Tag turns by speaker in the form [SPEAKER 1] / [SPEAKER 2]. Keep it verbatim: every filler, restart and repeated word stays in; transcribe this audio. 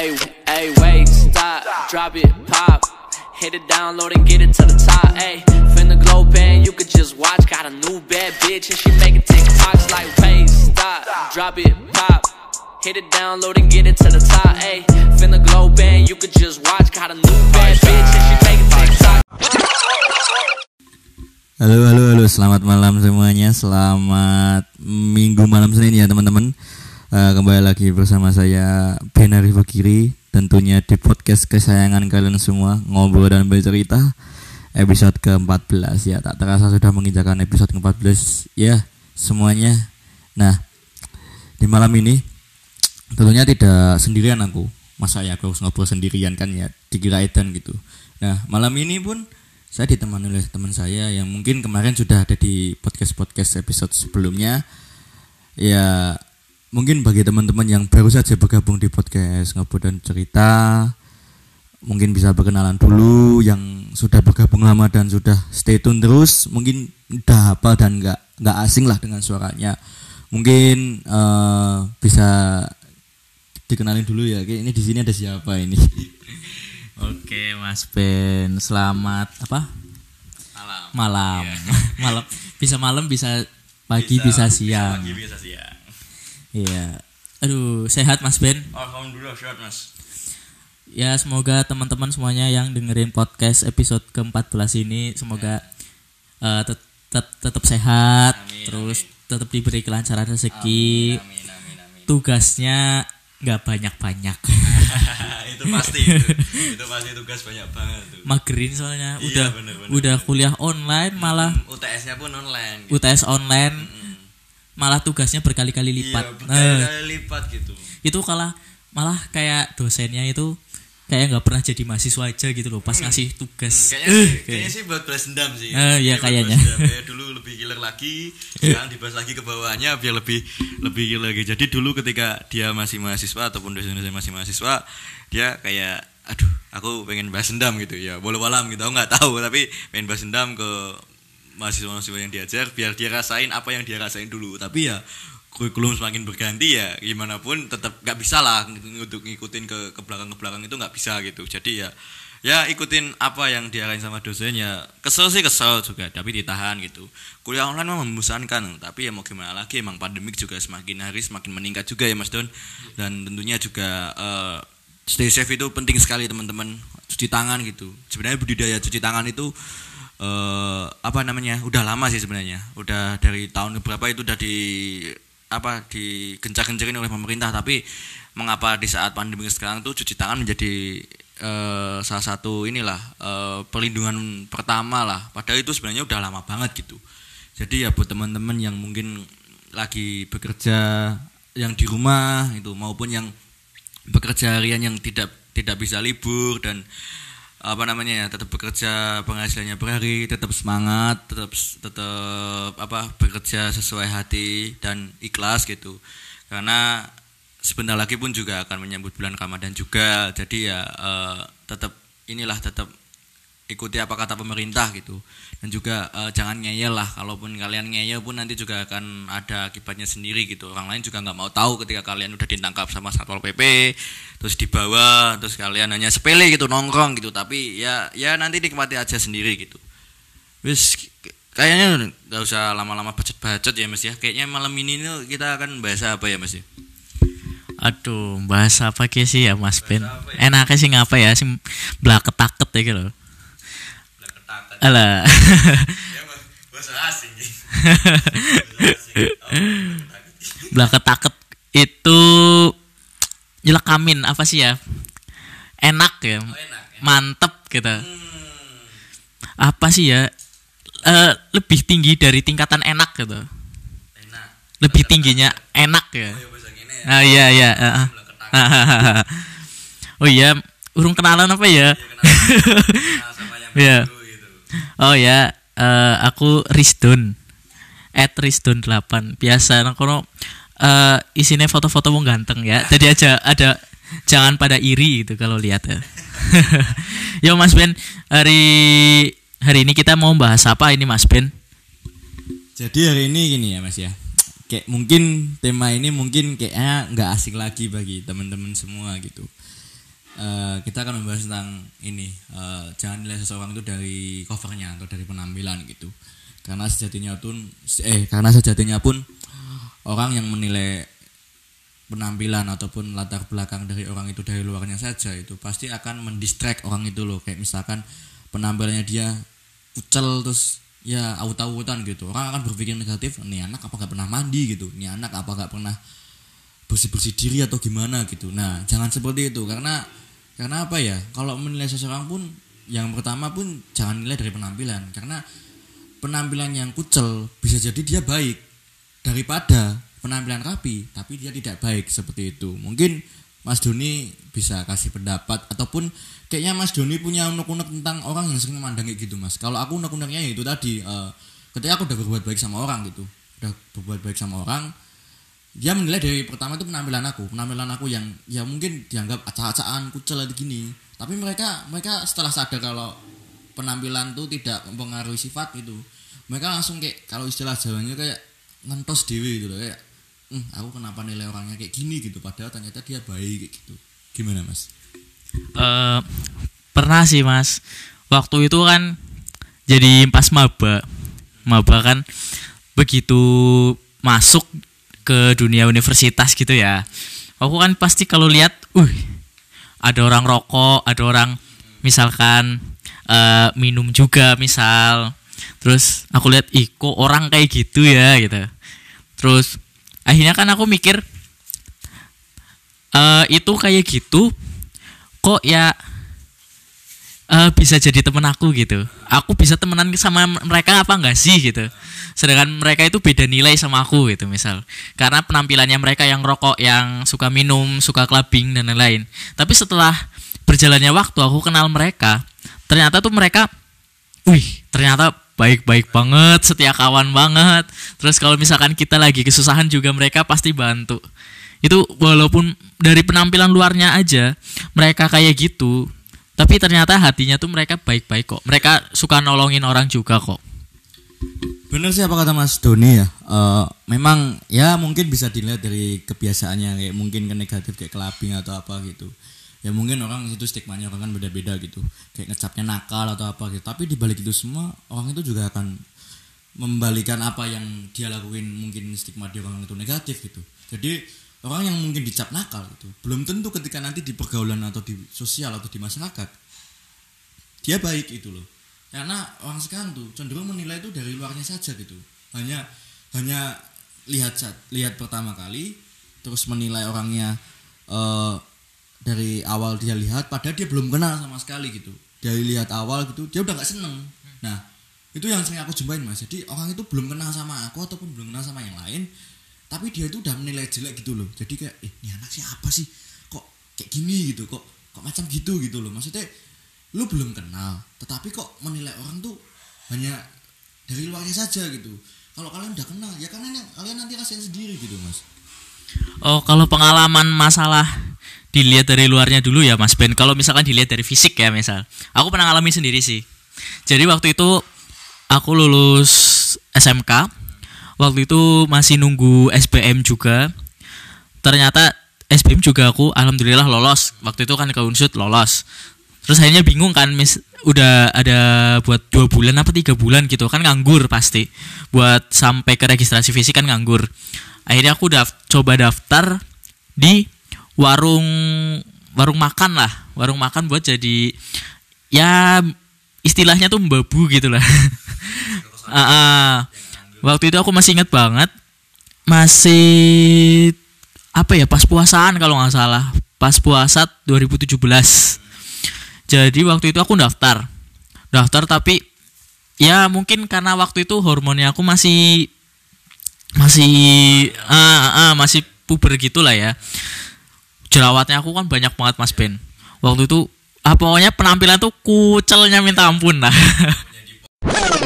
[SPEAKER 1] Ay, ay, wait, stop, drop it, pop. Hit it, download and get it to the top. Ay, finna glow band, you could just watch. Got a new bad bitch and she making TikToks like, wait, stop, drop it, pop. Hit it, download and get it to the top. Ay, finna glow band, you could just watch. Got a new bad bitch and she making TikToks.
[SPEAKER 2] Halo, halo, halo, selamat malam semuanya. Selamat minggu malam Senin ya teman-teman. Uh, kembali lagi bersama saya Ben Arif Fakiri, tentunya di podcast kesayangan kalian semua, ngobrol dan bercerita, episode ke empat belas ya. Tak terasa sudah menginjakan episode ke empat belas ya semuanya. Nah, di malam ini tentunya tidak sendirian aku. Masa ya aku harus ngobrol sendirian kan ya, dikira edan gitu. Nah, malam ini pun saya ditemani oleh teman saya yang mungkin kemarin sudah ada di podcast-podcast episode sebelumnya. Ya, mungkin bagi teman-teman yang baru saja bergabung di podcast Ngobrol dan Cerita, mungkin bisa berkenalan dulu. Yang sudah bergabung lama dan sudah stay tune terus, mungkin udah hafal dan nggak nggak asing lah dengan suaranya. Mungkin uh, bisa dikenalin dulu ya. Oke, ini di sini ada siapa ini?
[SPEAKER 3] Oke, Mas Ben, selamat apa?
[SPEAKER 2] Malam.
[SPEAKER 3] Malam.
[SPEAKER 2] Iya.
[SPEAKER 3] Malam. Bisa malam, bisa pagi, bisa, bisa siang.
[SPEAKER 2] Bisa pagi, bisa siang.
[SPEAKER 3] Iya. Aduh, sehat Mas Ben?
[SPEAKER 2] Alhamdulillah sehat, Mas.
[SPEAKER 3] Ya, semoga teman-teman semuanya yang dengerin podcast episode ke empat belas ini semoga ya. uh, tet- tet- tetap sehat, amin, terus amin. Tetap diberi kelancaran rezeki. Amin, amin, amin, amin. Tugasnya nggak banyak-banyak.
[SPEAKER 2] Itu pasti itu. Itu pasti tugas banyak banget tuh.
[SPEAKER 3] Magerin soalnya
[SPEAKER 2] iya,
[SPEAKER 3] udah
[SPEAKER 2] bener, bener,
[SPEAKER 3] udah
[SPEAKER 2] bener.
[SPEAKER 3] kuliah online malah
[SPEAKER 2] hmm, U T S-nya pun online gitu.
[SPEAKER 3] U T S online. Hmm. Malah tugasnya berkali-kali lipat. Iya, berkali-kali
[SPEAKER 2] uh, lipat gitu.
[SPEAKER 3] Itu kalah malah kayak dosennya itu kayak nggak pernah jadi mahasiswa aja gitu loh pas hmm. ngasih tugas.
[SPEAKER 2] Hmm, kayaknya, uh, sih, kayaknya sih buat balas dendam sih.
[SPEAKER 3] Uh, ya kayaknya.
[SPEAKER 2] Kayak dulu lebih killer lagi, sekarang dibahas lagi ke bawahnya biar lebih lebih killer lagi. Jadi dulu ketika dia masih mahasiswa ataupun dosen-dosen masih mahasiswa, dia kayak aduh, aku pengen balas dendam gitu ya. Walau alam gitu, aku nggak tahu tapi pengen balas dendam ke mahasiswa-mahasiswa yang diajar biar dia rasain apa yang dia rasain dulu. Tapi ya kurikulum semakin berganti ya gimana pun tetap nggak bisa lah untuk ngikutin ke ke belakang ke belakang itu nggak bisa gitu. Jadi ya ya ikutin apa yang diarahin sama dosennya. Kesel sih kesel juga tapi ditahan gitu. Kuliah online memang membosankan tapi ya mau gimana lagi, emang pandemik juga semakin hari semakin meningkat juga ya Mas Don. Dan tentunya juga uh, stay safe itu penting sekali teman-teman. Cuci tangan gitu. Sebenarnya budidaya cuci tangan itu Uh, apa namanya udah lama sih sebenarnya, udah dari tahun berapa itu udah di apa digencar-gencarin oleh pemerintah. Tapi mengapa di saat pandemi sekarang tuh cuci tangan menjadi uh, salah satu inilah uh, perlindungan pertama lah, padahal itu sebenarnya udah lama banget gitu. Jadi ya buat teman-teman yang mungkin lagi bekerja yang di rumah itu maupun yang bekerja harian yang tidak tidak bisa libur dan apa namanya ya tetap bekerja penghasilannya per hari, tetap semangat, tetap tetap apa bekerja sesuai hati dan ikhlas gitu. Karena sebentar lagi pun juga akan menyambut bulan Ramadan juga. Jadi ya eh, tetap inilah tetap ikuti apa kata pemerintah gitu. Dan juga eh, jangan ngeyel lah, kalaupun kalian ngeyel pun nanti juga akan ada akibatnya sendiri gitu. Orang lain juga nggak mau tahu ketika kalian udah ditangkap sama Satpol P P, terus dibawa, terus kalian hanya sepele gitu nongkrong gitu. Tapi ya ya nanti nikmati aja sendiri gitu. Wis kayaknya nggak usah lama-lama bacot-bacot ya Mas ya. Kayaknya malam ini nih kita akan bahas apa ya Mas ya?
[SPEAKER 3] Aduh, bahas apa sih ya Mas Ben? Ya? Enaknya sih ngapa ya sih blaket-taket ya gitu. Alah.
[SPEAKER 2] Ya bahasa asing.
[SPEAKER 3] Blaket-taket itu nyelakamin apa sih ya? Enak ya. Oh, enak, ya? Mantep gitu. Hmm. Apa sih ya? Uh, lebih tinggi dari tingkatan enak gitu. Enak. Lebih tingginya enak ya. Oh, ya, ah iya iya. Uh, uh. Oh iya, urung kenalan apa ya? Iya, kenalan sama yang yeah. Dulu gitu. Oh ya, uh, aku Risdon. at Risdon delapan. Biasa nang kono uh, isinya foto-foto wong ganteng ya. Jadi aja ada jangan pada iri gitu kalau lihat ya. Yo Mas Ben, hari hari ini kita mau bahas apa ini Mas Ben?
[SPEAKER 2] Jadi hari ini gini ya Mas ya. kayak mungkin tema ini mungkin kayaknya nggak asing lagi bagi teman-teman semua gitu.
[SPEAKER 4] uh, kita akan membahas tentang ini, uh, jangan nilai seseorang itu dari covernya atau dari penampilan gitu. Karena sejatinya pun eh karena sejatinya pun orang yang menilai penampilan ataupun latar belakang dari orang itu dari luarnya saja itu pasti akan mendistract orang itu loh. Kayak misalkan penampilannya dia kucel terus ya aut-autan gitu, orang akan berpikir negatif, nih anak apa gak pernah mandi gitu, nih anak apa gak pernah bersih-bersih diri atau gimana gitu. Nah jangan seperti itu, karena karena apa ya, kalau menilai seseorang pun yang pertama pun jangan nilai dari penampilan, karena penampilan yang kucel bisa jadi dia baik daripada penampilan rapi tapi dia tidak baik, seperti itu. Mungkin Mas Doni bisa kasih pendapat, ataupun kayaknya Mas Doni punya unek-unek tentang orang yang sering memandang kayak gitu Mas. Kalau aku unek-uneknya itu tadi, uh, ketika aku udah berbuat baik sama orang gitu, udah berbuat baik sama orang, dia menilai dari pertama itu penampilan aku, penampilan aku yang ya mungkin dianggap acak-acakan, kucel atau gini. Tapi mereka mereka setelah sadar kalau penampilan itu tidak mempengaruhi sifat itu, mereka langsung kayak kalau istilah Jawanya kayak ngentos dewe gitu loh, kayak Hmm, aku kenapa nilai orangnya kayak gini gitu, padahal ternyata dia baik kayak gitu. Gimana Mas?
[SPEAKER 3] Uh, pernah sih Mas. Waktu itu kan jadi pas maba, maba kan begitu masuk ke dunia universitas gitu ya. Aku kan pasti kalau lihat, uh, ada orang rokok, ada orang misalkan uh, minum juga misal. Terus aku lihat, ih kok orang kayak gitu ya gitu. Terus akhirnya kan aku mikir uh, itu kayak gitu kok ya uh, bisa jadi temen aku gitu. Aku bisa temenan sama mereka apa enggak sih gitu. Sedangkan mereka itu beda nilai sama aku gitu misal. Karena penampilannya mereka yang rokok, yang suka minum, suka clubbing dan lain-lain. Tapi setelah berjalannya waktu aku kenal mereka, ternyata tuh mereka wih, ternyata baik-baik banget, setia kawan banget. Terus kalau misalkan kita lagi kesusahan juga mereka pasti bantu. Itu walaupun dari penampilan luarnya aja mereka kayak gitu, tapi ternyata hatinya tuh mereka baik-baik kok. Mereka suka nolongin orang juga kok.
[SPEAKER 4] Bener sih apa kata Mas Doni ya. Uh, memang ya mungkin bisa dilihat dari kebiasaannya, kayak mungkin ke negatif kayak clubbing atau apa gitu. Ya mungkin orang itu stigmanya orang kan beda-beda gitu, kayak ngecapnya nakal atau apa gitu. Tapi dibalik itu semua orang itu juga akan membalikan apa yang dia lakuin, mungkin stigma dia orang itu negatif gitu. Jadi orang yang mungkin dicap nakal gitu belum tentu ketika nanti di pergaulan atau di sosial atau di masyarakat dia baik itu loh. Karena orang sekarang tuh cenderung menilai itu dari luarnya saja gitu, hanya hanya lihat lihat pertama kali terus menilai orangnya uh, dari awal dia lihat, padahal dia belum kenal sama sekali gitu. Dari lihat awal gitu, dia udah gak seneng. Nah, itu yang sering aku jumpain Mas. Jadi orang itu belum kenal sama aku ataupun belum kenal sama yang lain, tapi dia itu udah menilai jelek gitu loh. Jadi kayak, eh ini anak siapa sih? Kok kayak gini gitu, kok kok macam gitu gitu loh. Maksudnya, lu belum kenal, tetapi kok menilai orang tuh hanya dari luarnya saja gitu. Kalau kalian udah kenal, ya kalian, kalian nanti rasain sendiri gitu Mas.
[SPEAKER 3] Oh, kalau pengalaman masalah dilihat dari luarnya dulu ya Mas Ben. Kalau misalkan dilihat dari fisik ya misal, aku pernah ngalamin sendiri sih. Jadi waktu itu aku lulus S M K, waktu itu masih nunggu S B M juga. Ternyata S B M juga aku alhamdulillah lolos. Waktu itu kan ke Unsud lolos. Terus akhirnya bingung kan, mis udah ada buat dua bulan apa tiga bulan gitu kan, nganggur pasti. Buat sampai ke registrasi fisik kan nganggur. Akhirnya aku daft coba daftar di warung warung makan lah, warung makan buat jadi ya istilahnya tuh mbabu gitu lah. uh, uh, waktu itu aku masih ingat banget, masih apa ya, pas puasaan kalau nggak salah, pas puasa dua ribu tujuh belas. Jadi waktu itu aku daftar daftar tapi ya mungkin karena waktu itu hormonnya aku masih masih uh, uh, masih puber gitulah ya. Jerawatnya aku kan banyak banget Mas Ben. Waktu itu ah, pokoknya penampilan tuh kucelnya minta ampun lah.